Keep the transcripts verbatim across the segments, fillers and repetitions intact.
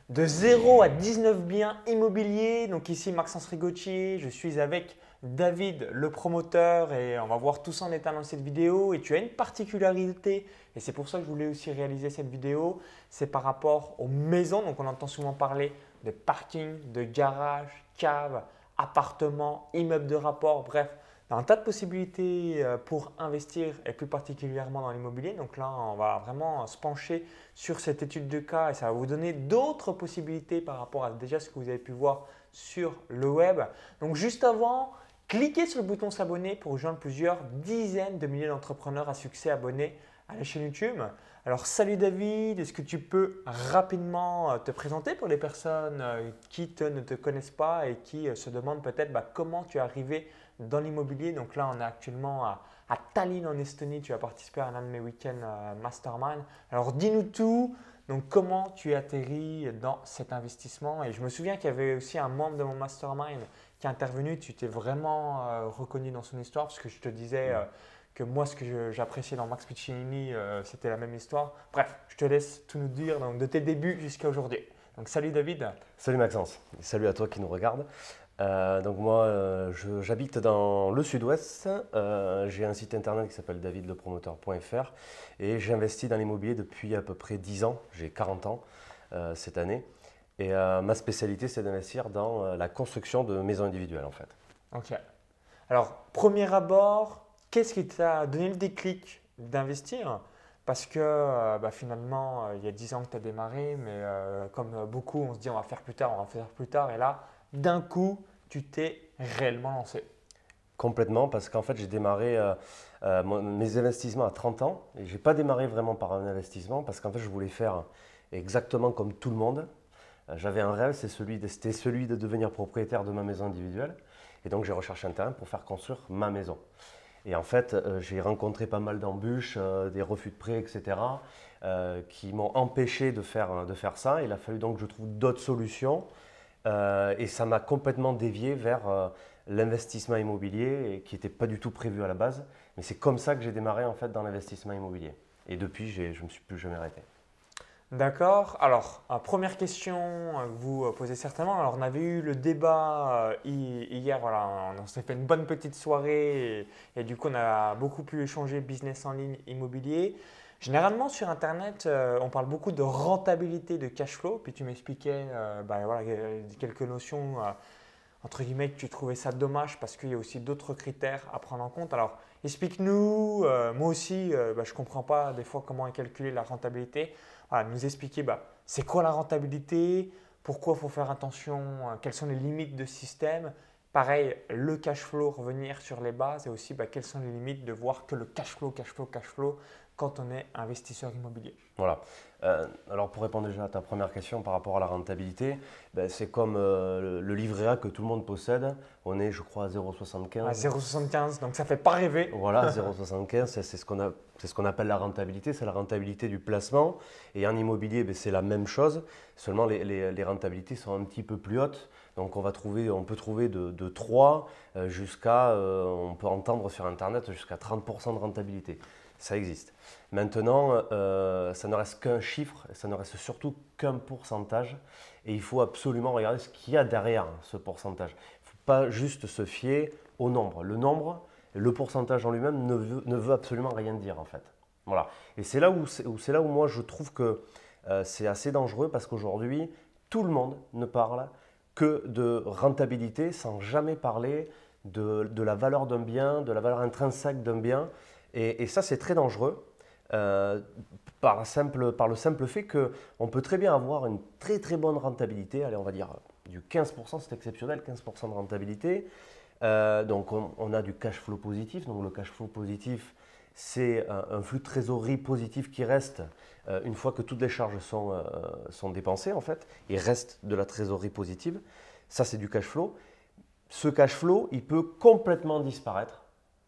De zéro à dix-neuf biens immobiliers. Donc ici Maxence Rigotier, je suis avec David le promoteur et on va voir tout ça en détail dans cette vidéo. Et tu as une particularité et c'est pour ça que je voulais aussi réaliser cette vidéo, c'est par rapport aux maisons. Donc on entend souvent parler de parking, de garage, cave, appartement, immeuble de rapport, bref. Il y a un tas de possibilités pour investir et plus particulièrement dans l'immobilier. Donc là, on va vraiment se pencher sur cette étude de cas et ça va vous donner d'autres possibilités par rapport à déjà ce que vous avez pu voir sur le web. Donc juste avant, cliquez sur le bouton s'abonner pour rejoindre plusieurs dizaines de milliers d'entrepreneurs à succès abonnés à la chaîne YouTube. Alors salut David, est-ce que tu peux rapidement te présenter pour les personnes qui te, ne te connaissent pas et qui se demandent peut-être bah, comment tu es arrivé dans l'immobilier. Donc là, on est actuellement à, à Tallinn en Estonie. Tu as participé à un de mes week-ends euh, mastermind. Alors dis-nous tout. Donc comment tu es atterri dans cet investissement? Et je me souviens qu'il y avait aussi un membre de mon mastermind qui est intervenu. Tu t'es vraiment euh, reconnu dans son histoire parce que je te disais euh, que moi, ce que j'appréciais dans Max Piccinini, euh, c'était la même histoire. Bref, je te laisse tout nous dire donc, de tes débuts jusqu'à aujourd'hui. Donc salut David. Salut Maxence, et salut à toi qui nous regarde. Euh, donc moi, euh, j'habite dans le sud-ouest, euh, j'ai un site internet qui s'appelle david le promoteur point f r et j'ai investi dans l'immobilier depuis à peu près dix ans, j'ai quarante ans euh, cette année. Et euh, ma spécialité, c'est d'investir dans euh, la construction de maisons individuelles en fait. Ok. Alors, premier abord, qu'est-ce qui t'a donné le déclic d'investir? Parce que euh, bah, finalement, euh, il y a dix ans que tu as démarré, mais euh, comme beaucoup, on se dit on va faire plus tard, on va faire plus tard. Et là, d'un coup, tu t'es réellement lancé. Complètement, parce qu'en fait, j'ai démarré euh, euh, mon- mes investissements à trente ans et je n'ai pas démarré vraiment par un investissement parce qu'en fait, je voulais faire exactement comme tout le monde. Euh, J'avais un rêve, c'est celui de, c'était celui de devenir propriétaire de ma maison individuelle. Et donc, j'ai recherché un terrain pour faire construire ma maison. Et en fait, euh, j'ai rencontré pas mal d'embûches, euh, des refus de prêt, et cetera, euh, qui m'ont empêché de faire, de faire ça. Il a fallu donc que je trouve d'autres solutions. Euh, et ça m'a complètement dévié vers euh, l'investissement immobilier et qui n'était pas du tout prévu à la base. Mais c'est comme ça que j'ai démarré en fait dans l'investissement immobilier. Et depuis, j'ai- je ne me suis plus jamais arrêté. D'accord. Alors, euh, première question euh, que vous euh, posez certainement. Alors, on avait eu le débat euh, hi- hier. Voilà, on, on s'est fait une bonne petite soirée et, et du coup, on a beaucoup pu échanger business en ligne, immobilier. Généralement, sur Internet, euh, on parle beaucoup de rentabilité, de cash flow. Puis tu m'expliquais euh, bah, voilà, euh, quelques notions euh, entre guillemets, que tu trouvais ça dommage parce qu'il y a aussi d'autres critères à prendre en compte. Alors, explique-nous, euh, moi aussi, euh, bah, je ne comprends pas des fois comment est calculée la rentabilité. Voilà, nous expliquer bah, c'est quoi la rentabilité, pourquoi il faut faire attention, euh, quelles sont les limites de ce système. Pareil, le cash flow, revenir sur les bases et aussi bah, quelles sont les limites de voir que le cash flow, cash flow, cash flow quand on est investisseur immobilier. Voilà. Euh, alors pour répondre déjà à ta première question par rapport à la rentabilité, ben, c'est comme euh, le, le livret A que tout le monde possède. On est, je crois, à zéro virgule À soixante-quinze. zéro virgule soixante-quinze, donc ça ne fait pas rêver. Voilà, zéro virgule soixante-quinze, c'est c'est ce qu'on a- c'est ce qu'on appelle la rentabilité, c'est la rentabilité du placement. Et en immobilier, ben, c'est la même chose, seulement les, les- les rentabilités sont un petit peu plus hautes. Donc on, va trouver, on peut trouver de, de trois euh, jusqu'à, euh, on peut entendre sur Internet, jusqu'à trente pour cent de rentabilité. Ça existe. Maintenant, euh, ça ne reste qu'un chiffre, ça ne reste surtout qu'un pourcentage. Et il faut absolument regarder ce qu'il y a derrière ce pourcentage. Il ne faut pas juste se fier au nombre. Le nombre, le pourcentage en lui-même ne veut, ne veut absolument rien dire en fait. Voilà. Et c'est là où, c'est où c'est là où moi je trouve que euh, c'est assez dangereux parce qu'aujourd'hui, tout le monde ne parle que de rentabilité sans jamais parler de, de la valeur d'un bien, de la valeur intrinsèque d'un bien. Et, et ça, c'est très dangereux euh, par, simple, par le simple fait qu'on peut très bien avoir une très très bonne rentabilité. Allez, on va dire du quinze pour cent, c'est exceptionnel, quinze pour cent de rentabilité. Euh, donc on, on a du cash flow positif. Donc le cash flow positif, c'est un, un flux de trésorerie positif qui reste euh, une fois que toutes les charges sont, euh, sont dépensées en fait. Il reste de la trésorerie positive. Ça, c'est du cash flow. Ce cash flow, il peut complètement disparaître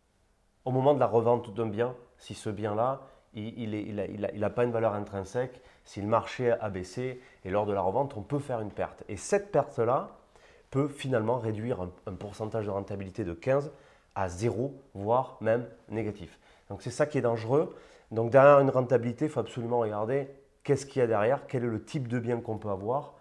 au moment de la revente d'un bien, si ce bien-là, il n'a il, il il a pas une valeur intrinsèque, si le marché a baissé, et lors de la revente, on peut faire une perte. Et cette perte-là peut finalement réduire un, un pourcentage de rentabilité de quinze à zéro, voire même négatif. Donc c'est ça qui est dangereux. Donc derrière une rentabilité, il faut absolument regarder qu'est-ce qu'il y a derrière, quel est le type de bien qu'on peut avoir.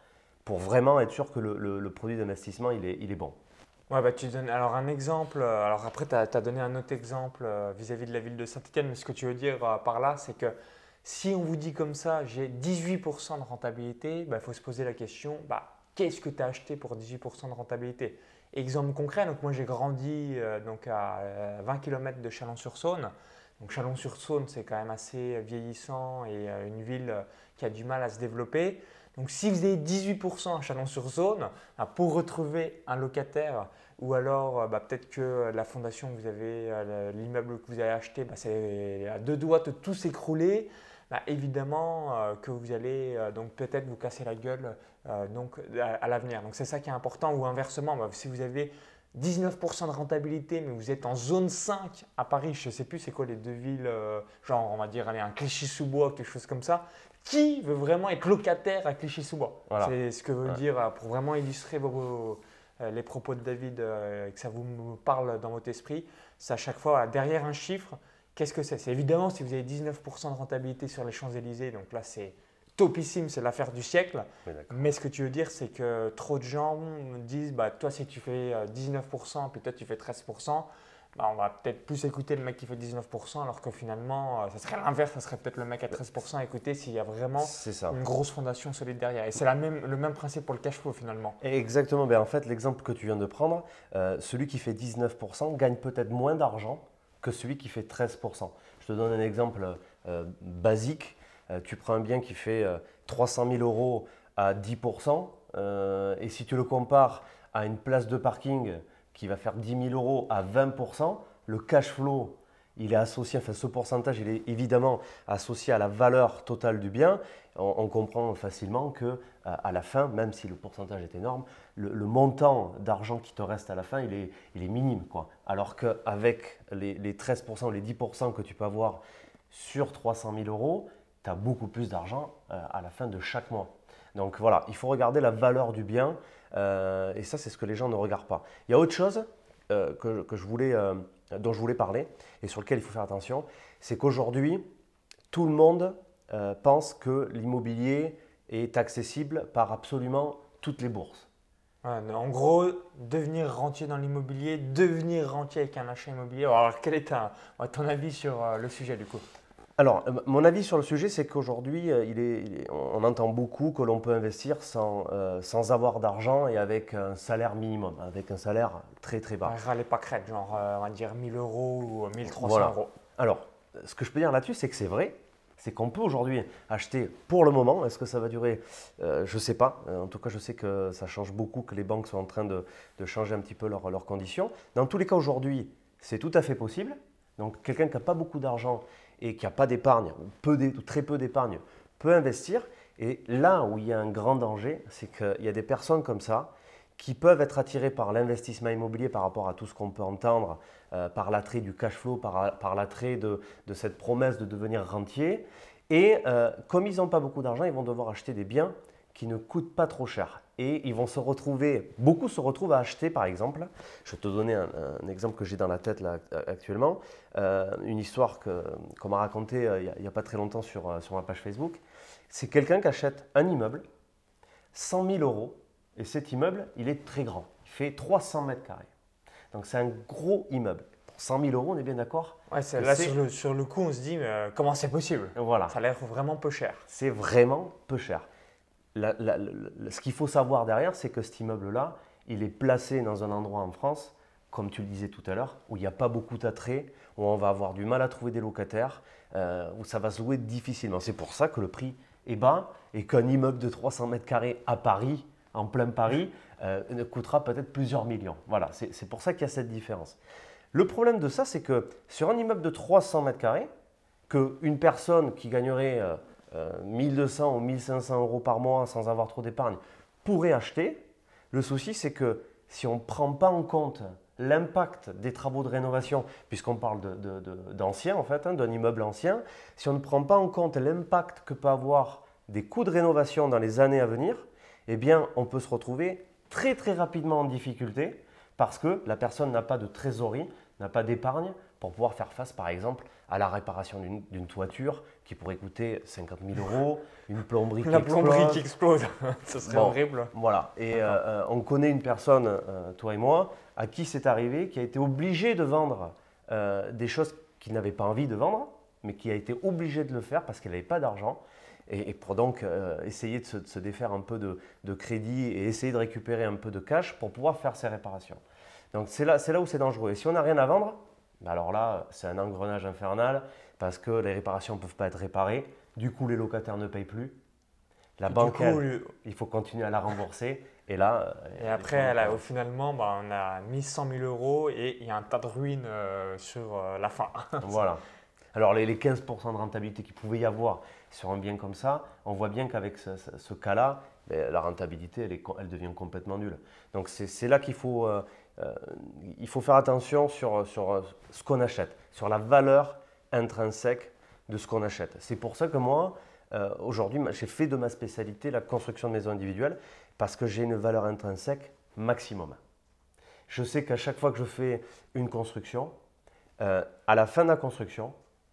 pour vraiment être sûr que le, le- le produit d'investissement, il est, il est bon. Ouais, bah, tu donnes alors un exemple. euh, Alors après, tu as, donné un autre exemple euh, vis-à-vis de la ville de Saint-Étienne. Mais ce que tu veux dire euh, par là, c'est que si on vous dit comme ça, j'ai dix-huit pour cent de rentabilité, bah, il faut se poser la question, bah, qu'est-ce que tu as acheté pour dix-huit pour cent de rentabilité? Exemple concret, donc moi j'ai grandi euh, donc à euh, vingt kilomètres de Chalon-sur-Saône. Donc Chalon-sur-Saône, c'est quand même assez vieillissant et euh, une ville euh, qui a du mal à se développer. Donc si vous avez dix-huit pour cent à Chalon-sur-Saône, bah, pour retrouver un locataire ou alors euh, bah, peut-être que la fondation que vous avez, euh, l'immeuble que vous avez acheté, bah, c'est à deux doigts de tout s'écrouler, bah, évidemment euh, que vous allez euh, donc peut-être vous casser la gueule euh, donc, à, à l'avenir. Donc c'est ça qui est important. Ou inversement, bah, si vous avez dix-neuf pour cent de rentabilité, mais vous êtes en zone cinq à Paris, je ne sais plus c'est quoi les deux villes, euh, genre on va dire allez, un Clichy-sous-Bois, quelque chose comme ça. Qui veut vraiment être locataire à Clichy-sous-Bois? Voilà. C'est ce que veut Ouais. dire euh, pour vraiment illustrer vos, vos, euh, les propos de David, euh, que ça vous parle dans votre esprit. C'est à chaque fois derrière un chiffre. Qu'est-ce que c'est? C'est évidemment si vous avez dix-neuf pour cent de rentabilité sur les Champs-Élysées, donc là c'est topissime, c'est l'affaire du siècle. Oui, Mais ce que tu veux dire, c'est que trop de gens me disent, bah, toi si tu fais euh, dix-neuf pour cent, puis toi tu fais treize pour cent, bah, on va peut-être plus écouter le mec qui fait dix-neuf pour cent, alors que finalement, euh, ça serait l'inverse, ça serait peut-être le mec à treize pour cent à écouter s'il y a vraiment C'est ça. une grosse fondation solide derrière. Et c'est la même, le même principe pour le cash flow finalement. Exactement. Ben, en fait, l'exemple que tu viens de prendre, euh, celui qui fait dix-neuf pour cent gagne peut-être moins d'argent que celui qui fait treize pour cent. Je te donne un exemple euh, basique. Euh, tu prends un bien qui fait euh, trois cent mille euros à dix pour cent euh, et si tu le compares à une place de parking qui va faire dix mille euros à vingt pour cent, le cash flow, il est associé, enfin ce pourcentage, il est évidemment associé à la valeur totale du bien. On, on comprend facilement que à la fin, même si le pourcentage est énorme, le, le montant d'argent qui te reste à la fin, il est, il est minime, quoi. Alors qu'avec les, les treize pour cent ou les dix pour cent que tu peux avoir sur trois cent mille euros, tu as beaucoup plus d'argent euh, à la fin de chaque mois. Donc voilà, il faut regarder la valeur du bien euh, et ça, c'est ce que les gens ne regardent pas. Il y a autre chose euh, que, que je voulais, euh, dont je voulais parler et sur lequel il faut faire attention, c'est qu'aujourd'hui, tout le monde euh, pense que l'immobilier est accessible par absolument toutes les bourses. Ouais, mais en gros, devenir rentier dans l'immobilier, devenir rentier avec un achat immobilier. Alors, quel est ta- ton avis sur euh, le sujet du coup? Alors, euh, mon avis sur le sujet, c'est qu'aujourd'hui, euh, il est- il est- on entend beaucoup que l'on peut investir sans, euh, sans avoir d'argent et avec un salaire minimum, avec un salaire très très bas. Ouais, râlez pas crête, genre euh, on va dire mille euros ou mille trois cents Voilà. euros. Alors, ce que je peux dire là-dessus, c'est que c'est vrai. C'est qu'on peut aujourd'hui acheter pour le moment. Est-ce que ça va durer? Euh, Je ne sais pas. Euh, En tout cas, je sais que ça change beaucoup, que les banques sont en train de, de changer un petit peu leurs leurs conditions. Dans tous les cas, aujourd'hui, c'est tout à fait possible. Donc, quelqu'un qui n'a pas beaucoup d'argent et qui n'a pas d'épargne, ou peu d'é- ou très peu d'épargne, peut investir. Et là où il y a un grand danger, c'est qu'il y a des personnes comme ça qui peuvent être attirées par l'investissement immobilier par rapport à tout ce qu'on peut entendre, euh, par l'attrait du cash flow, par, par l'attrait de, de cette promesse de devenir rentier. Et euh, comme ils n'ont pas beaucoup d'argent, ils vont devoir acheter des biens qui ne coûtent pas trop cher. Et ils vont se retrouver, beaucoup se retrouvent à acheter par exemple, je vais te donner un, un exemple que j'ai dans la tête là, actuellement, euh, une histoire que, qu'on m'a racontée euh, il n'y a, a pas très longtemps sur, euh, sur ma page Facebook. C'est quelqu'un qui achète un immeuble, cent mille euros, et cet immeuble, il est très grand. Il fait trois cents mètres carrés. Donc c'est un gros immeuble. Pour cent mille euros, on est bien d'accord? Ouais, c'est- que là c'est- sur le, sur le coup, on se dit, mais euh, comment c'est possible? Voilà, Ça a l'air vraiment peu cher. c'est vraiment peu cher. La- la- la- ce qu'il faut savoir derrière, c'est que cet immeuble-là, il est placé dans un endroit en France, comme tu le disais tout à l'heure, où il n'y a pas beaucoup d'attrait, où on va avoir du mal à trouver des locataires, euh, où ça va se louer difficilement. C'est pour ça que le prix est bas et qu'un immeuble de trois cents mètres carrés à Paris, en plein Paris, euh, ne coûtera peut-être plusieurs millions. Voilà, c'est c'est pour ça qu'il y a cette différence. Le problème de ça, c'est que sur un immeuble de trois cents mètres carrés, qu'une personne qui gagnerait euh, euh, mille deux cents ou mille cinq cents euros par mois sans avoir trop d'épargne pourrait acheter, le souci, c'est que si on ne prend pas en compte l'impact des travaux de rénovation, puisqu'on parle de- de- de- d'anciens en fait, hein, d'un immeuble ancien, si on ne prend pas en compte l'impact que peut avoir des coûts de rénovation dans les années à venir, eh bien, on peut se retrouver très très rapidement en difficulté parce que la personne n'a pas de trésorerie, n'a pas d'épargne pour pouvoir faire face par exemple à la réparation d'une d'une toiture qui pourrait coûter cinquante mille euros, une plomberie qui La explose. plomberie qui explose, ce serait Bon, horrible. Voilà, et euh, on connaît une personne, euh, toi et moi, à qui c'est arrivé, qui a été obligé de vendre euh, des choses qu'il n'avait pas envie de vendre, mais qui a été obligé de le faire parce qu'elle n'avait pas d'argent. Et, et pour donc euh, essayer de se, de se défaire un peu de, de crédit et essayer de récupérer un peu de cash pour pouvoir faire ses réparations. Donc c'est là, c'est là où c'est dangereux. Et si on n'a rien à vendre, ben alors là, c'est un engrenage infernal parce que les réparations ne peuvent pas être réparées. Du coup, les locataires ne payent plus. La Et banque, du coup, elle, le- il faut continuer à la rembourser. Et là, Et euh, après, les là, gens- au finalement, bah, on a mis cent mille euros et il y a un tas de ruines euh, sur euh, la fin. Voilà. Alors les, les quinze pour cent de rentabilité qu'il pouvait y avoir sur un bien comme ça, on voit bien qu'avec ce, ce- ce cas-là, ben, la rentabilité, elle, est co- elle devient complètement nulle. Donc c'est c'est là qu'il faut, euh, euh, il faut faire attention sur, sur euh, ce qu'on achète, sur la valeur intrinsèque de ce qu'on achète. C'est pour ça que moi, euh, aujourd'hui, ma- j'ai fait de ma spécialité la construction de maisons individuelles parce que j'ai une valeur intrinsèque maximum. Je sais qu'à chaque fois que je fais une construction, euh, à la fin de la construction,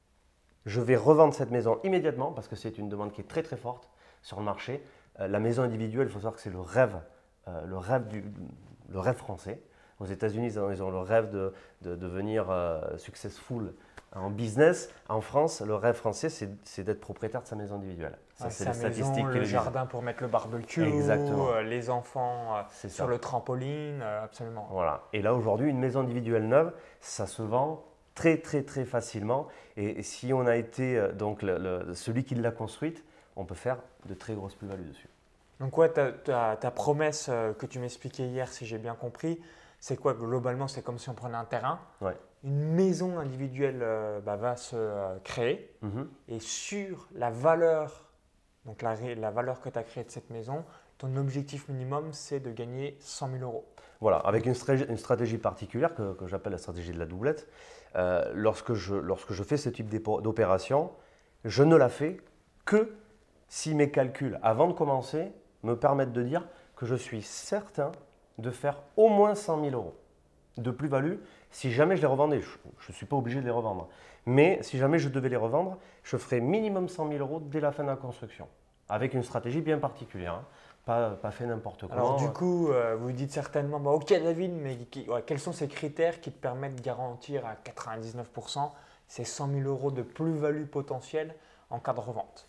je vais revendre cette maison immédiatement parce que c'est une demande qui est très très forte sur le marché. Euh, la maison individuelle, il faut savoir que c'est le rêve, euh, le rêve du, le rêve français. Aux États-Unis, ils ont, ils ont le rêve de, de devenir euh, successful en business. En France, le rêve français, c'est c'est d'être propriétaire de sa maison individuelle. Ça, Ouais, c'est sa les statistiques maison, qui le le disent. jardin pour mettre le barbecue, Exactement. euh, les enfants euh, C'est ça. sur le trampoline, euh, absolument. Voilà. Et là, aujourd'hui, une maison individuelle neuve, ça se vend très, très, très facilement. Et, et si on a été euh, donc le- le- celui qui l'a construite, on peut faire de très grosses plus-values dessus. Donc ouais, ta, ta- ta promesse euh, que tu m'expliquais hier, si j'ai bien compris, c'est quoi globalement? C'est comme si on prenait un terrain, Ouais. une maison individuelle euh, bah, va se euh, créer Mhm. et sur la valeur, donc la, ré- la valeur que tu as créée de cette maison, ton objectif minimum c'est de gagner cent mille euros. Voilà, avec une stratégie, une stratégie particulière que, que j'appelle la stratégie de la doublette. Euh, lorsque, je, lorsque je fais ce type d'épo- d'opération, je ne la fais que si mes calculs, avant de commencer, me permettent de dire que je suis certain de faire au moins cent mille euros de plus-value si jamais je les revendais. Je ne suis pas obligé de les revendre. Mais si jamais je devais les revendre, je ferais minimum cent mille euros dès la fin de la construction, avec une stratégie bien particulière. hein. Pas, pas fait n'importe comment. Alors du coup, euh, vous dites certainement, bah, ok David, mais qui- ouais, quels sont ces critères qui te permettent de garantir à quatre-vingt-dix-neuf pour cent ces cent mille euros de plus-value potentielle en cas de revente?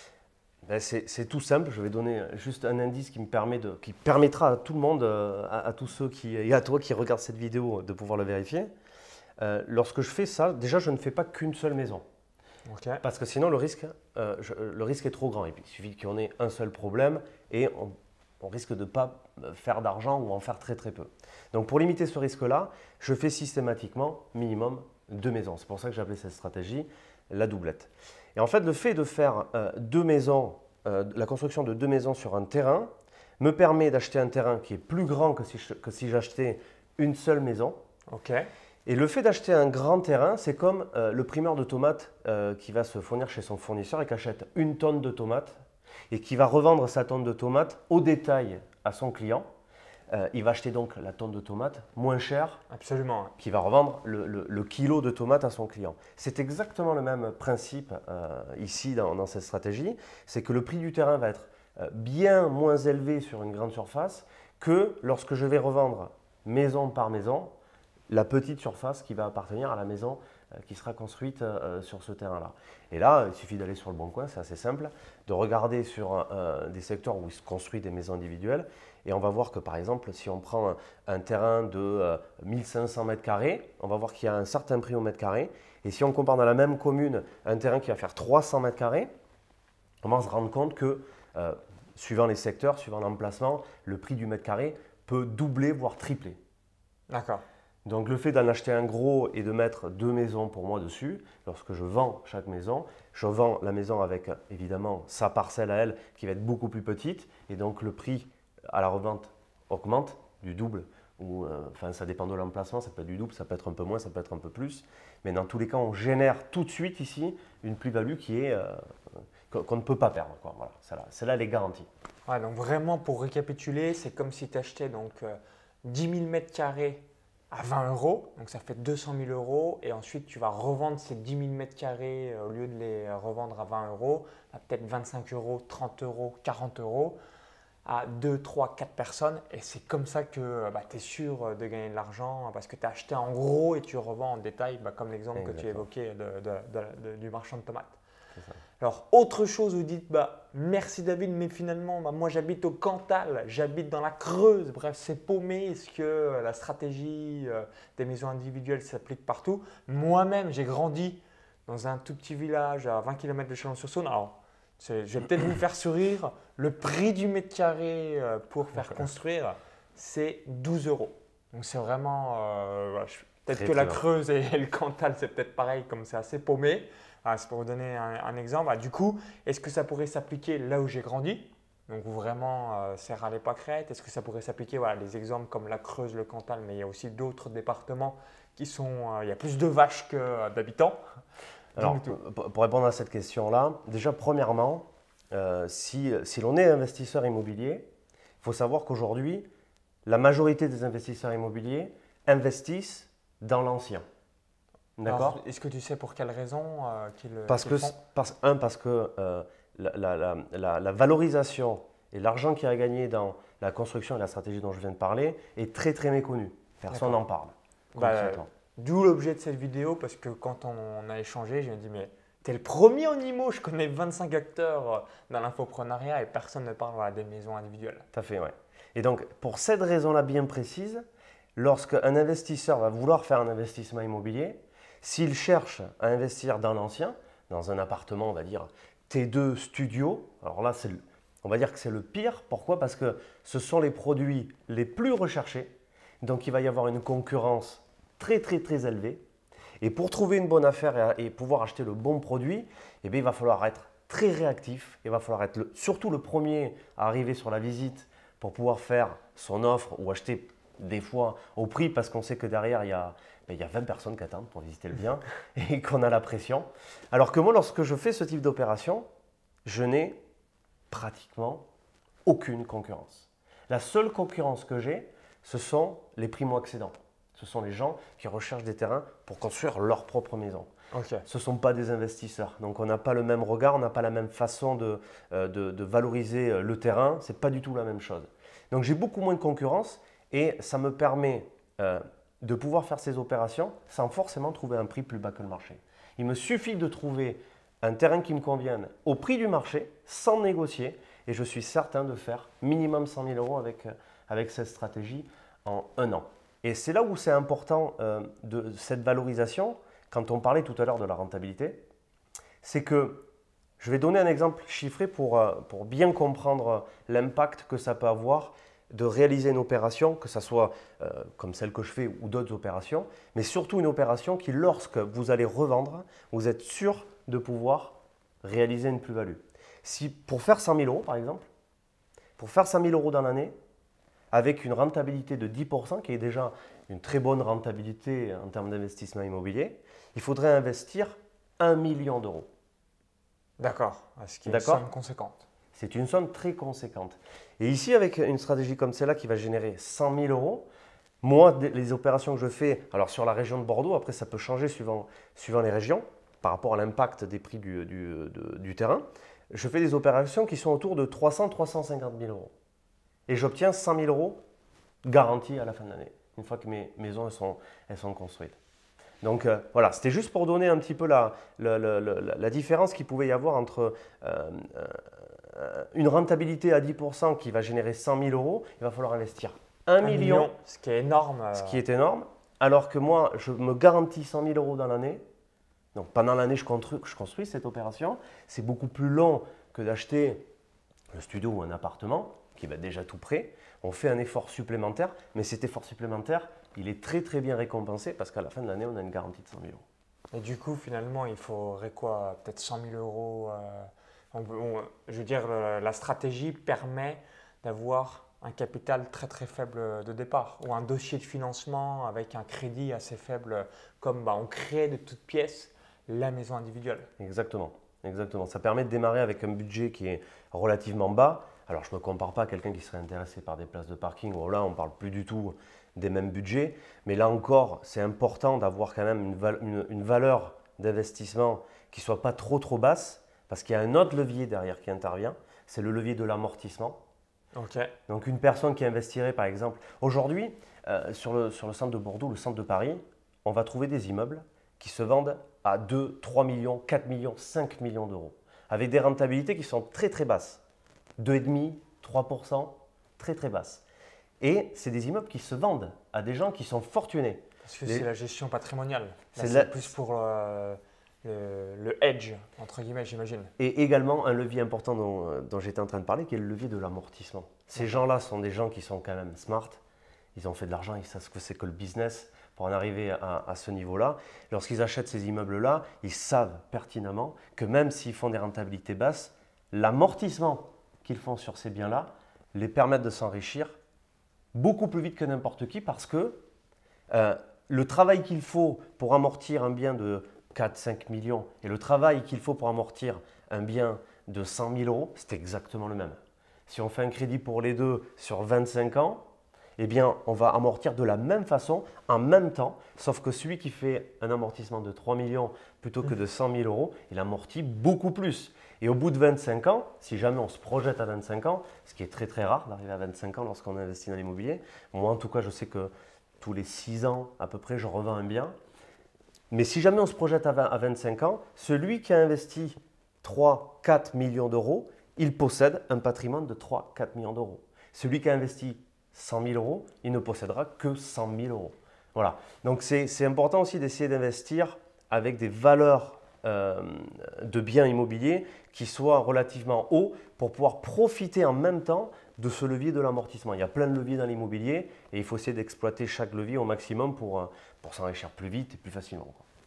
Ben, c'est c'est tout simple, je vais donner juste un indice qui, me permet de, qui permettra à tout le monde, euh, à, à tous ceux qui, et à toi qui regardent cette vidéo de pouvoir le vérifier. Euh, lorsque je fais ça, déjà je ne fais pas qu'une seule maison. Ok. Parce que sinon le risque, euh, je- le risque est trop grand. Et puis, il suffit qu'il y en ait un seul problème et on, on risque de ne pas faire d'argent ou en faire très très peu. Donc pour limiter ce risque-là, je fais systématiquement minimum deux maisons. C'est pour ça que j'ai appelé cette stratégie la doublette. Et en fait, le fait de faire euh, deux maisons, euh, la construction de deux maisons sur un terrain, me permet d'acheter un terrain qui est plus grand que si, je- que si j'achetais une seule maison. Ok. Et le fait d'acheter un grand terrain, c'est comme euh, le primeur de tomates euh, qui va se fournir chez son fournisseur et qui achète une tonne de tomates et qui va revendre sa tonne de tomates au détail à son client. Euh, il va acheter donc la tonne de tomates moins chère Absolument. qui va revendre le, le- le kilo de tomates à son client. C'est exactement le même principe euh, ici dans, dans cette stratégie. C'est que le prix du terrain va être euh, bien moins élevé sur une grande surface que lorsque je vais revendre maison par maison la petite surface qui va appartenir à la maison euh, qui sera construite euh, sur ce terrain-là. Et là, il suffit d'aller sur le bon coin, c'est assez simple, de regarder sur euh, des secteurs où il se construit des maisons individuelles. Et on va voir que par exemple, si on prend un, un terrain de euh, mille cinq cents mètres carrés, on va voir qu'il y a un certain prix au mètre carré. Et si on compare dans la même commune un terrain qui va faire trois cents mètres carrés, on va se rendre compte que, euh, suivant les secteurs, suivant l'emplacement, le prix du mètre carré peut doubler, voire tripler. D'accord. Donc le fait d'en acheter un gros et de mettre deux maisons pour moi dessus, lorsque je vends chaque maison, je vends la maison avec évidemment sa parcelle à elle qui va être beaucoup plus petite et donc le prix à la revente augmente du double. Ou, euh, enfin, ça dépend de l'emplacement, ça peut être du double, ça peut être un peu moins, ça peut être un peu plus. Mais dans tous les cas, on génère tout de suite ici une plus-value qui est, euh, qu'on qu'on ne peut pas perdre. Quoi. Voilà, c'est là, c'est là les garanties. Ouais, donc vraiment pour récapituler, c'est comme si tu achetais donc euh, dix mille mètres carrés à vingt euros, donc ça fait deux cent mille euros, et ensuite tu vas revendre ces dix mille mètres carrés au lieu de les revendre à vingt euros, à peut-être vingt-cinq euros, trente euros, quarante euros, à deux, trois, quatre personnes, et c'est comme ça que bah, tu es sûr de gagner de l'argent parce que tu as acheté en gros et tu revends en détail, bah, comme l'exemple que tu évoquais de, de, de, de, du marchand de tomates. Alors, autre chose, vous dites, bah, merci David, mais finalement, bah, moi j'habite au Cantal, j'habite dans la Creuse, bref, c'est paumé. Est-ce que la stratégie euh, des maisons individuelles s'applique partout? Moi-même, j'ai grandi dans un tout petit village à vingt kilomètres de Chalon-sur-Saône. Alors, je vais peut-être vous faire sourire, le prix du mètre carré euh, pour faire okay. construire, c'est douze euros. Donc, c'est vraiment, euh, voilà, peut-être que la Creuse et, et le Cantal, c'est peut-être pareil, comme c'est assez paumé. Ah, c'est pour vous donner un, un exemple. Ah, du coup, est-ce que ça pourrait s'appliquer là où j'ai grandi? Donc vraiment, euh, Serre à l'Épaquerette. Est-ce que ça pourrait s'appliquer, voilà, les exemples comme la Creuse, le Cantal, mais il y a aussi d'autres départements qui sont, euh, il y a plus de vaches que euh, d'habitants. Alors, pour répondre à cette question-là, déjà premièrement, euh, si, si l'on est investisseur immobilier, il faut savoir qu'aujourd'hui, la majorité des investisseurs immobiliers investissent dans l'ancien. D'accord. Est-ce que tu sais pour quelle raison euh, qu'ils parce qu que, font parce, Un, parce que euh, la, la, la, la, la valorisation et l'argent qui a gagné dans la construction et la stratégie dont je viens de parler est très très méconnu. Personne n'en parle. Bah, D'où l'objet de cette vidéo, parce que quand on a échangé, je me dis mais t'es le premier en IMO, je connais vingt-cinq acteurs dans l'infoprenariat et personne ne parle voilà, des maisons individuelles. Tout à fait, ouais. Et donc pour cette raison-là bien précise, lorsqu'un investisseur va vouloir faire un investissement immobilier, s'il cherche à investir dans l'ancien, dans un appartement, on va dire T deux studio, alors là, le, on va dire que c'est le pire. Pourquoi? Parce que ce sont les produits les plus recherchés. Donc, il va y avoir une concurrence très, très, très élevée. Et pour trouver une bonne affaire et, et pouvoir acheter le bon produit, eh bien, il va falloir être très réactif. Il va falloir être le, surtout le premier à arriver sur la visite pour pouvoir faire son offre ou acheter des fois au prix parce qu'on sait que derrière, il y a… il y a vingt personnes qui attendent pour visiter le bien et qu'on a la pression. Alors que moi, lorsque je fais ce type d'opération, je n'ai pratiquement aucune concurrence. La seule concurrence que j'ai, ce sont les primo-accédants. Ce sont les gens qui recherchent des terrains pour construire leur propre maison. Okay. Ce ne sont pas des investisseurs. Donc, on n'a pas le même regard, on n'a pas la même façon de, de, de valoriser le terrain. Ce n'est pas du tout la même chose. Donc, j'ai beaucoup moins de concurrence et ça me permet… Euh, de pouvoir faire ces opérations sans forcément trouver un prix plus bas que le marché. Il me suffit de trouver un terrain qui me convienne au prix du marché, sans négocier, et je suis certain de faire minimum cent mille euros avec, avec cette stratégie en un an. Et c'est là où c'est important euh, de cette valorisation, quand on parlait tout à l'heure de la rentabilité, c'est que je vais donner un exemple chiffré pour, euh, pour bien comprendre l'impact que ça peut avoir de réaliser une opération, que ce soit euh, comme celle que je fais ou d'autres opérations, mais surtout une opération qui, lorsque vous allez revendre, vous êtes sûr de pouvoir réaliser une plus-value. Si, pour faire cent mille euros, par exemple, pour faire cent mille euros dans l'année, avec une rentabilité de dix pour cent, qui est déjà une très bonne rentabilité en termes d'investissement immobilier, il faudrait investir un million d'euros. D'accord, ce qui est une somme conséquente. C'est une somme très conséquente. Et ici, avec une stratégie comme celle-là qui va générer cent mille euros, moi, les opérations que je fais, alors sur la région de Bordeaux, après ça peut changer suivant, suivant les régions, par rapport à l'impact des prix du, du, de, du terrain, je fais des opérations qui sont autour de trois cents à trois cent cinquante mille euros. Et j'obtiens cent mille euros garantis à la fin de l'année, une fois que mes maisons elles sont, elles sont construites. Donc euh, voilà, c'était juste pour donner un petit peu la, la, la, la, la différence qu'il pouvait y avoir entre euh, euh, une rentabilité à dix pour cent qui va générer cent mille euros, il va falloir investir un, un million, million, ce qui est énorme. Ce qui est énorme, alors que moi, je me garantis cent mille euros dans l'année. Donc pendant l'année, je construis, je construis cette opération. C'est beaucoup plus long que d'acheter un studio ou un appartement qui va déjà tout prêt. On fait un effort supplémentaire, mais cet effort supplémentaire, il est très très bien récompensé parce qu'à la fin de l'année, on a une garantie de cent mille euros. Et du coup, finalement, il faudrait quoi? Peut-être cent mille euros euh, on, on, Je veux dire, la stratégie permet d'avoir un capital très très faible de départ ou un dossier de financement avec un crédit assez faible, comme bah, on crée de toutes pièces la maison individuelle. Exactement, exactement. Ça permet de démarrer avec un budget qui est relativement bas, Alors, je ne me compare pas à quelqu'un qui serait intéressé par des places de parking, où là, on ne parle plus du tout des mêmes budgets. Mais là encore, c'est important d'avoir quand même une, val une, une valeur d'investissement qui ne soit pas trop trop basse, parce qu'il y a un autre levier derrière qui intervient, c'est le levier de l'amortissement. Okay. Donc, une personne qui investirait, par exemple, aujourd'hui, euh, sur, le, sur le centre de Bordeaux, le centre de Paris, on va trouver des immeubles qui se vendent à deux, trois millions, quatre millions, cinq millions d'euros, avec des rentabilités qui sont très très basses, deux virgule cinq, trois pour cent, très très basses. Et c'est des immeubles qui se vendent à des gens qui sont fortunés. Parce que les... c'est la gestion patrimoniale. C'est la... plus pour le, le, le hedge, entre guillemets, j'imagine. Et également un levier important dont, dont j'étais en train de parler, qui est le levier de l'amortissement. Ces gens-là sont des gens qui sont quand même smart, ils ont fait de l'argent, ils savent ce que c'est que le business. Pour en arriver à, à ce niveau-là, lorsqu'ils achètent ces immeubles-là, ils savent pertinemment que même s'ils font des rentabilités basses, l'amortissement qu'ils font sur ces biens-là les permettent de s'enrichir beaucoup plus vite que n'importe qui parce que euh, le travail qu'il faut pour amortir un bien de quatre à cinq millions et le travail qu'il faut pour amortir un bien de cent mille euros, c'est exactement le même. Si on fait un crédit pour les deux sur vingt-cinq ans, eh bien, on va amortir de la même façon, en même temps, sauf que celui qui fait un amortissement de trois millions plutôt que de cent mille euros, il amortit beaucoup plus. Et au bout de vingt-cinq ans, si jamais on se projette à vingt-cinq ans, ce qui est très très rare d'arriver à vingt-cinq ans lorsqu'on investit dans l'immobilier, moi en tout cas, je sais que tous les six ans à peu près, je revends un bien. Mais si jamais on se projette à, vingt, à vingt-cinq ans, celui qui a investi trois à quatre millions d'euros, il possède un patrimoine de trois à quatre millions d'euros. Celui qui a investi cent mille euros, il ne possédera que cent mille euros. Voilà. Donc c'est important aussi d'essayer d'investir avec des valeurs euh, de biens immobiliers qui soient relativement hauts pour pouvoir profiter en même temps de ce levier de l'amortissement. Il y a plein de leviers dans l'immobilier et il faut essayer d'exploiter chaque levier au maximum pour, pour s'enrichir plus vite et plus facilement,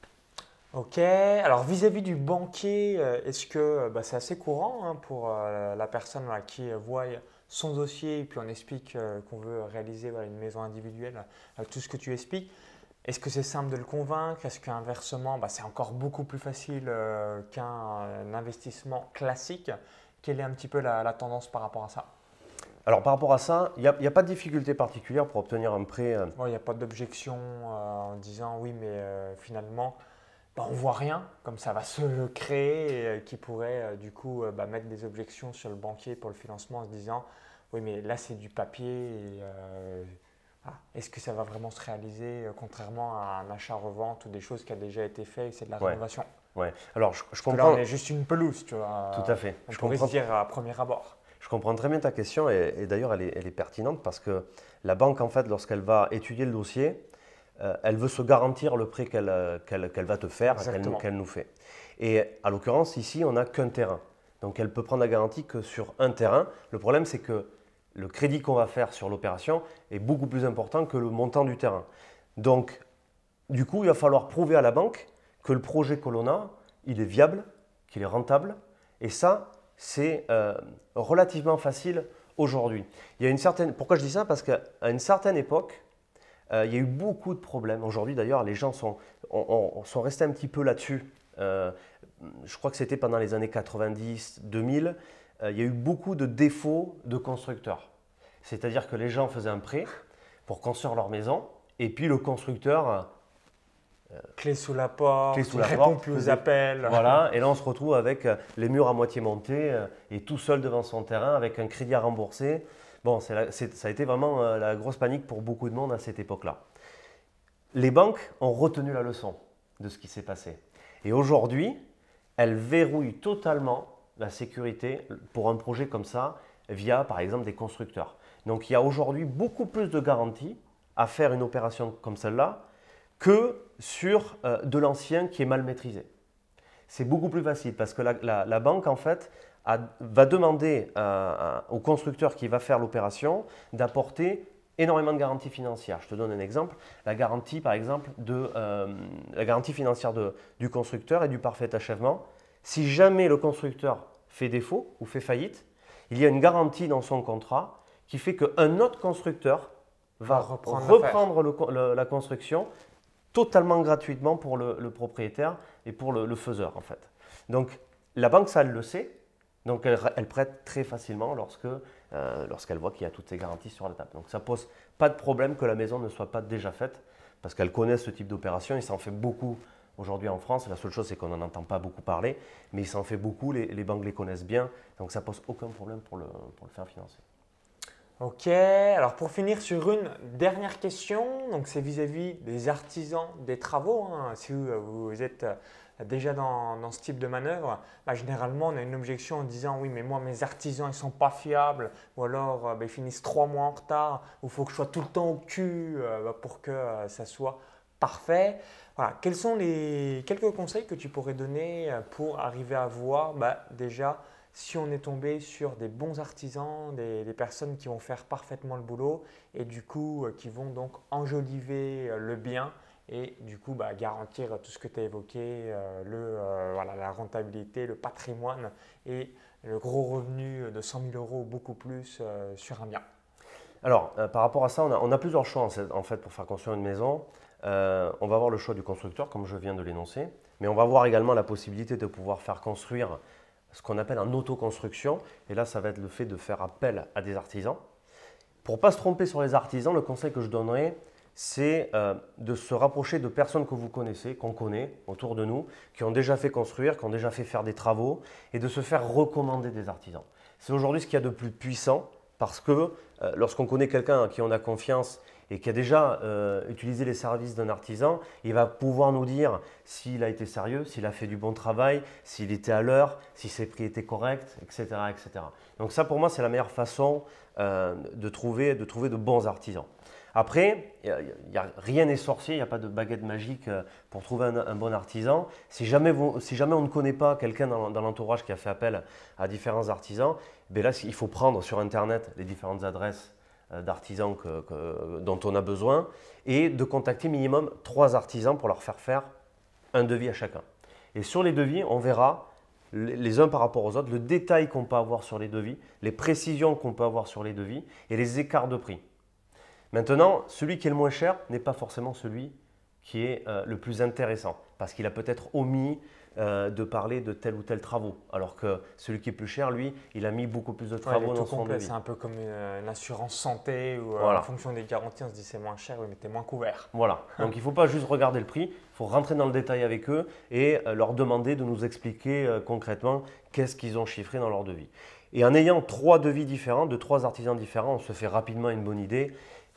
quoi. Ok, alors vis-à-vis du banquier, est-ce que bah, c'est assez courant hein, pour euh, la personne là, qui voit son dossier et puis on explique euh, qu'on veut réaliser voilà, une maison individuelle, euh, tout ce que tu expliques. Est-ce que c'est simple de le convaincre? Est-ce qu'inversement, bah, c'est encore beaucoup plus facile euh, qu'un investissement classique? Quelle est un petit peu la, la tendance par rapport à ça? Alors par rapport à ça, il n'y a, a pas de difficulté particulière pour obtenir un prêt. Euh... Il n'y a pas d'objection euh, en disant oui mais euh, finalement bah, on ne voit rien, comme ça va se créer et euh, qui pourrait euh, du coup euh, bah, mettre des objections sur le banquier pour le financement en se disant oui mais là c'est du papier et euh, ah, est-ce que ça va vraiment se réaliser euh, contrairement à un achat-revente ou des choses qui a déjà été fait et c'est de la ouais. rénovation. Ouais. Alors je, je comprends. Là on est juste une pelouse, tu vois. Tout à fait. On je pourrait comprends... se dire à premier abord. Je comprends très bien ta question et, et d'ailleurs elle est, elle est pertinente parce que la banque en fait lorsqu'elle va étudier le dossier, euh, elle veut se garantir le prêt qu'elle qu'elle, qu'elle va te faire, qu'elle nous, qu'elle nous fait. Et à l'occurrence ici on n'a qu'un terrain, donc elle peut prendre la garantie que sur un terrain. Le problème c'est que le crédit qu'on va faire sur l'opération est beaucoup plus important que le montant du terrain. Donc du coup il va falloir prouver à la banque que le projet que l'on a, il est viable, qu'il est rentable et ça c'est euh, relativement facile aujourd'hui. Il y a une certaine... Pourquoi je dis ça? Parce qu'à une certaine époque, euh, il y a eu beaucoup de problèmes. Aujourd'hui d'ailleurs, les gens sont, on, on, sont restés un petit peu là-dessus. Euh, je crois que c'était pendant les années quatre-vingt-dix, deux mille. Euh, il y a eu beaucoup de défauts de constructeurs. C'est-à-dire que les gens faisaient un prêt pour construire leur maison et puis le constructeur... Euh, clé sous la porte, clé sous la répond porte, plus aux appels. Voilà, et là on se retrouve avec les murs à moitié montés euh, et tout seul devant son terrain avec un crédit à rembourser. Bon, c'est la, c'est, ça a été vraiment euh, la grosse panique pour beaucoup de monde à cette époque-là. Les banques ont retenu la leçon de ce qui s'est passé. Et aujourd'hui, elles verrouillent totalement la sécurité pour un projet comme ça via par exemple des constructeurs. Donc il y a aujourd'hui beaucoup plus de garanties à faire une opération comme celle-là que sur euh, de l'ancien qui est mal maîtrisé. C'est beaucoup plus facile parce que la, la, la banque en fait a, va demander à, à, au constructeur qui va faire l'opération d'apporter énormément de garanties financières. Je te donne un exemple. La garantie par exemple de euh, la garantie financière de, du constructeur et du parfait achèvement. Si jamais le constructeur fait défaut ou fait faillite, il y a une garantie dans son contrat qui fait qu'un autre constructeur va reprendre, reprendre le, le, la construction totalement gratuitement pour le, le propriétaire et pour le, le faiseur en fait. Donc la banque, ça elle le sait Donc elle, elle prête très facilement lorsque, euh, lorsqu'elle voit qu'il y a toutes ces garanties sur la table. Donc ça ne pose pas de problème que la maison ne soit pas déjà faite parce qu'elle connaît ce type d'opération. Il s'en fait beaucoup aujourd'hui en France. La seule chose, c'est qu'on n'en entend pas beaucoup parler, mais il s'en fait beaucoup, les, les banques les connaissent bien. Donc ça ne pose aucun problème pour le, pour le faire financer. Ok, alors pour finir sur une dernière question, donc c'est vis-à-vis des artisans des travaux. Hein. Si vous, vous êtes déjà dans, dans ce type de manœuvre, bah, généralement on a une objection en disant oui mais moi mes artisans ils ne sont pas fiables ou alors bah, ils finissent trois mois en retard ou il faut que je sois tout le temps au cul euh, bah, pour que euh, ça soit parfait. Voilà. Quels sont les quelques conseils que tu pourrais donner pour arriver à voir bah, déjà si on est tombé sur des bons artisans, des, des personnes qui vont faire parfaitement le boulot et du coup euh, qui vont donc enjoliver euh, le bien et du coup bah, garantir tout ce que tu as évoqué, euh, le, euh, voilà, la rentabilité, le patrimoine et le gros revenu de cent mille euros ou beaucoup plus euh, sur un bien. Alors, euh, par rapport à ça, on a, on a plusieurs choix en fait pour faire construire une maison. Euh, on va avoir le choix du constructeur, comme je viens de l'énoncer, mais on va avoir également la possibilité de pouvoir faire construire ce qu'on appelle en autoconstruction. Et là, ça va être le fait de faire appel à des artisans. Pour ne pas se tromper sur les artisans, le conseil que je donnerais, c'est euh, de se rapprocher de personnes que vous connaissez, qu'on connaît autour de nous, qui ont déjà fait construire, qui ont déjà fait faire des travaux, et de se faire recommander des artisans. C'est aujourd'hui ce qu'il y a de plus puissant, parce que euh, lorsqu'on connaît quelqu'un à qui on a confiance et qui a déjà euh, utilisé les services d'un artisan, il va pouvoir nous dire s'il a été sérieux, s'il a fait du bon travail, s'il était à l'heure, si ses prix étaient corrects, et cetera, et cetera. Donc ça, pour moi, c'est la meilleure façon euh, de, trouver, de trouver de bons artisans. Après, y a, y a, rien n'est sorcier, il n'y a pas de baguette magique pour trouver un, un bon artisan. Si jamais, vous, si jamais on ne connaît pas quelqu'un dans, dans l'entourage qui a fait appel à différents artisans, ben là, il faut prendre sur Internet les différentes adresses d'artisans que, que, dont on a besoin et de contacter minimum trois artisans pour leur faire faire un devis à chacun. Et sur les devis, on verra les, les uns par rapport aux autres, le détail qu'on peut avoir sur les devis, les précisions qu'on peut avoir sur les devis et les écarts de prix. Maintenant, celui qui est le moins cher n'est pas forcément celui qui est euh, le plus intéressant parce qu'il a peut-être omis euh, de parler de tel ou tel travaux. Alors que celui qui est plus cher, lui, il a mis beaucoup plus de travaux ouais, dans son devis. C'est un peu comme une, une assurance santé où voilà. euh, en fonction des garanties, on se dit c'est moins cher, oui, mais tu es moins couvert. Voilà, donc il ne faut pas juste regarder le prix, il faut rentrer dans le détail avec eux et euh, leur demander de nous expliquer euh, concrètement qu'est-ce qu'ils ont chiffré dans leur devis. Et en ayant trois devis différents, de trois artisans différents, on se fait rapidement une bonne idée.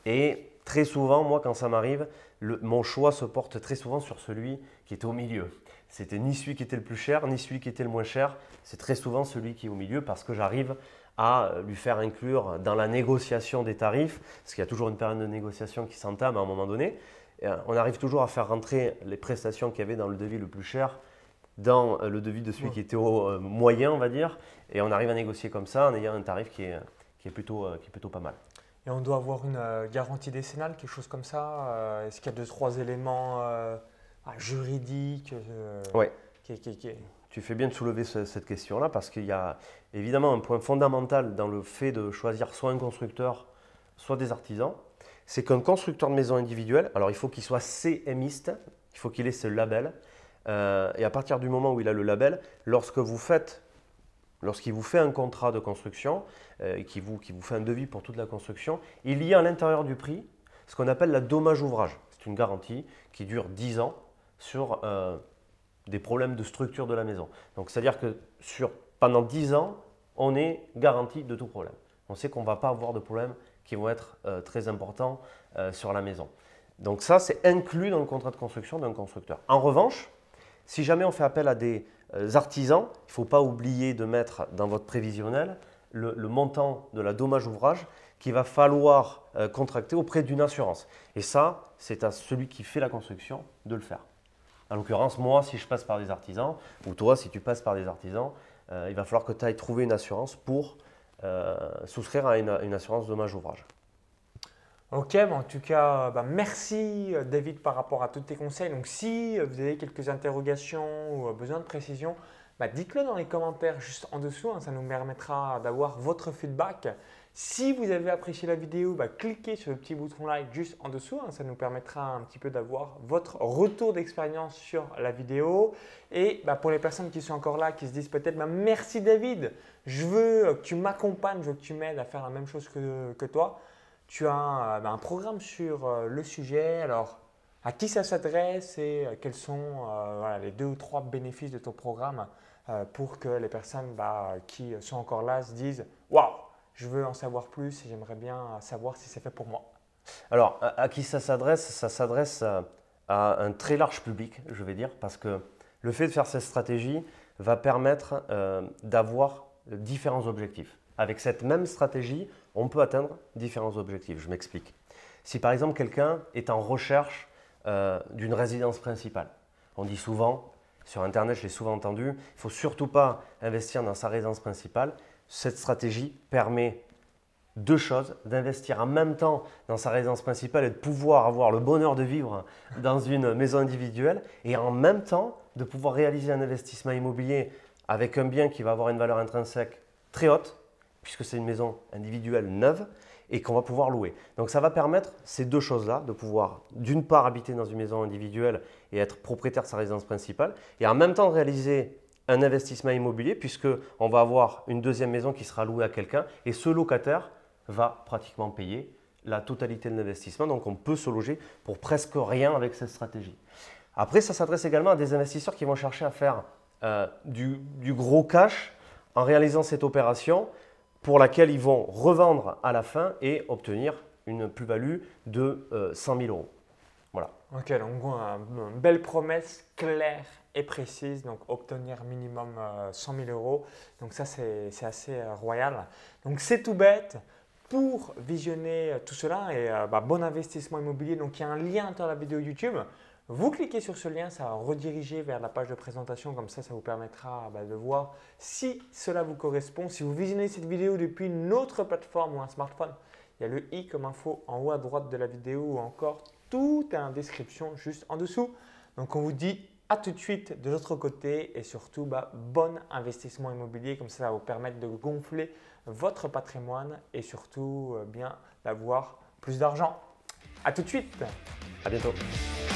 Et très souvent, moi, quand ça m'arrive, mon choix se porte très souvent sur celui qui est au milieu. C'était ni celui qui était le plus cher, ni celui qui était le moins cher. C'est très souvent celui qui est au milieu parce que j'arrive à lui faire inclure dans la négociation des tarifs, parce qu'il y a toujours une période de négociation qui s'entame à un moment donné. Et on arrive toujours à faire rentrer les prestations qu'il y avait dans le devis le plus cher dans le devis de celui ouais. qui était au moyen, on va dire. Et on arrive à négocier comme ça en ayant un tarif qui est, qui est, plutôt, qui est plutôt pas mal. Et on doit avoir une euh, garantie décennale, quelque chose comme ça. Euh, Est-ce qu'il y a deux, trois éléments euh, juridiques euh, Oui. Qui, qui, qui... Tu fais bien de soulever ce, cette question-là parce qu'il y a évidemment un point fondamental dans le fait de choisir soit un constructeur, soit des artisans. C'est qu'un constructeur de maison individuelle, alors il faut qu'il soit CMiste, il faut qu'il ait ce label. Euh, et à partir du moment où il a le label, lorsque vous faites Lorsqu'il vous fait un contrat de construction, euh, qui, vous, qui vous fait un devis pour toute la construction, il y a à l'intérieur du prix ce qu'on appelle la dommage ouvrage. C'est une garantie qui dure dix ans sur euh, des problèmes de structure de la maison. Donc, c'est-à-dire que sur, pendant dix ans, on est garanti de tout problème. On sait qu'on ne va pas avoir de problèmes qui vont être euh, très importants euh, sur la maison. Donc ça, c'est inclus dans le contrat de construction d'un constructeur. En revanche, si jamais on fait appel à des artisans, il ne faut pas oublier de mettre dans votre prévisionnel le, le montant de la dommage ouvrage qu'il va falloir euh, contracter auprès d'une assurance. Et ça, c'est à celui qui fait la construction de le faire. En l'occurrence, moi, si je passe par des artisans, ou toi, si tu passes par des artisans, euh, il va falloir que tu ailles trouver une assurance pour euh, souscrire à une, une assurance dommage ouvrage. Ok, bon, en tout cas, bah, merci David par rapport à tous tes conseils. Donc si vous avez quelques interrogations ou besoin de précision, bah, dites-le dans les commentaires juste en dessous, hein, ça nous permettra d'avoir votre feedback. Si vous avez apprécié la vidéo, bah, cliquez sur le petit bouton like juste en dessous. Hein, ça nous permettra un petit peu d'avoir votre retour d'expérience sur la vidéo. Et bah, pour les personnes qui sont encore là, qui se disent peut-être bah, « Merci David, je veux que tu m'accompagnes, je veux que tu m'aides à faire la même chose que, que toi », tu as un, bah, un programme sur euh, le sujet. Alors, à qui ça s'adresse et euh, quels sont euh, voilà, les deux ou trois bénéfices de ton programme euh, pour que les personnes bah, qui sont encore là se disent « Waouh !» Je veux en savoir plus et j'aimerais bien savoir si c'est fait pour moi. Alors, à, à qui ça s'adresse? Ça s'adresse à, à un très large public, je vais dire, parce que le fait de faire cette stratégie va permettre euh, d'avoir différents objectifs. Avec cette même stratégie, on peut atteindre différents objectifs. Je m'explique. Si par exemple quelqu'un est en recherche euh, d'une résidence principale, on dit souvent, sur Internet, je l'ai souvent entendu, il ne faut surtout pas investir dans sa résidence principale. Cette stratégie permet deux choses, d'investir en même temps dans sa résidence principale et de pouvoir avoir le bonheur de vivre dans une maison individuelle et en même temps de pouvoir réaliser un investissement immobilier avec un bien qui va avoir une valeur intrinsèque très haute puisque c'est une maison individuelle neuve et qu'on va pouvoir louer. Donc ça va permettre ces deux choses-là, de pouvoir d'une part habiter dans une maison individuelle et être propriétaire de sa résidence principale et en même temps réaliser un investissement immobilier puisqu'on va avoir une deuxième maison qui sera louée à quelqu'un et ce locataire va pratiquement payer la totalité de l'investissement. Donc, on peut se loger pour presque rien avec cette stratégie. Après, ça s'adresse également à des investisseurs qui vont chercher à faire euh, du, du gros cash en réalisant cette opération pour laquelle ils vont revendre à la fin et obtenir une plus-value de euh, cent mille euros. Voilà. Ok, donc une, une belle promesse claire et précise, donc obtenir minimum euh, cent mille euros. Donc ça, c'est assez euh, royal. Donc c'est tout bête. Pour visionner euh, tout cela et euh, bah, bon investissement immobilier, donc il y a un lien dans la vidéo YouTube. Vous cliquez sur ce lien, ça va rediriger vers la page de présentation. Comme ça, ça vous permettra bah, de voir si cela vous correspond. Si vous visionnez cette vidéo depuis une autre plateforme ou un smartphone, il y a le i comme info en haut à droite de la vidéo ou encore tout est en description juste en dessous. Donc, on vous dit à tout de suite de l'autre côté et surtout, bah, bon investissement immobilier. Comme ça, ça va vous permettre de gonfler votre patrimoine et surtout euh, bien d'avoir plus d'argent. À tout de suite. À bientôt.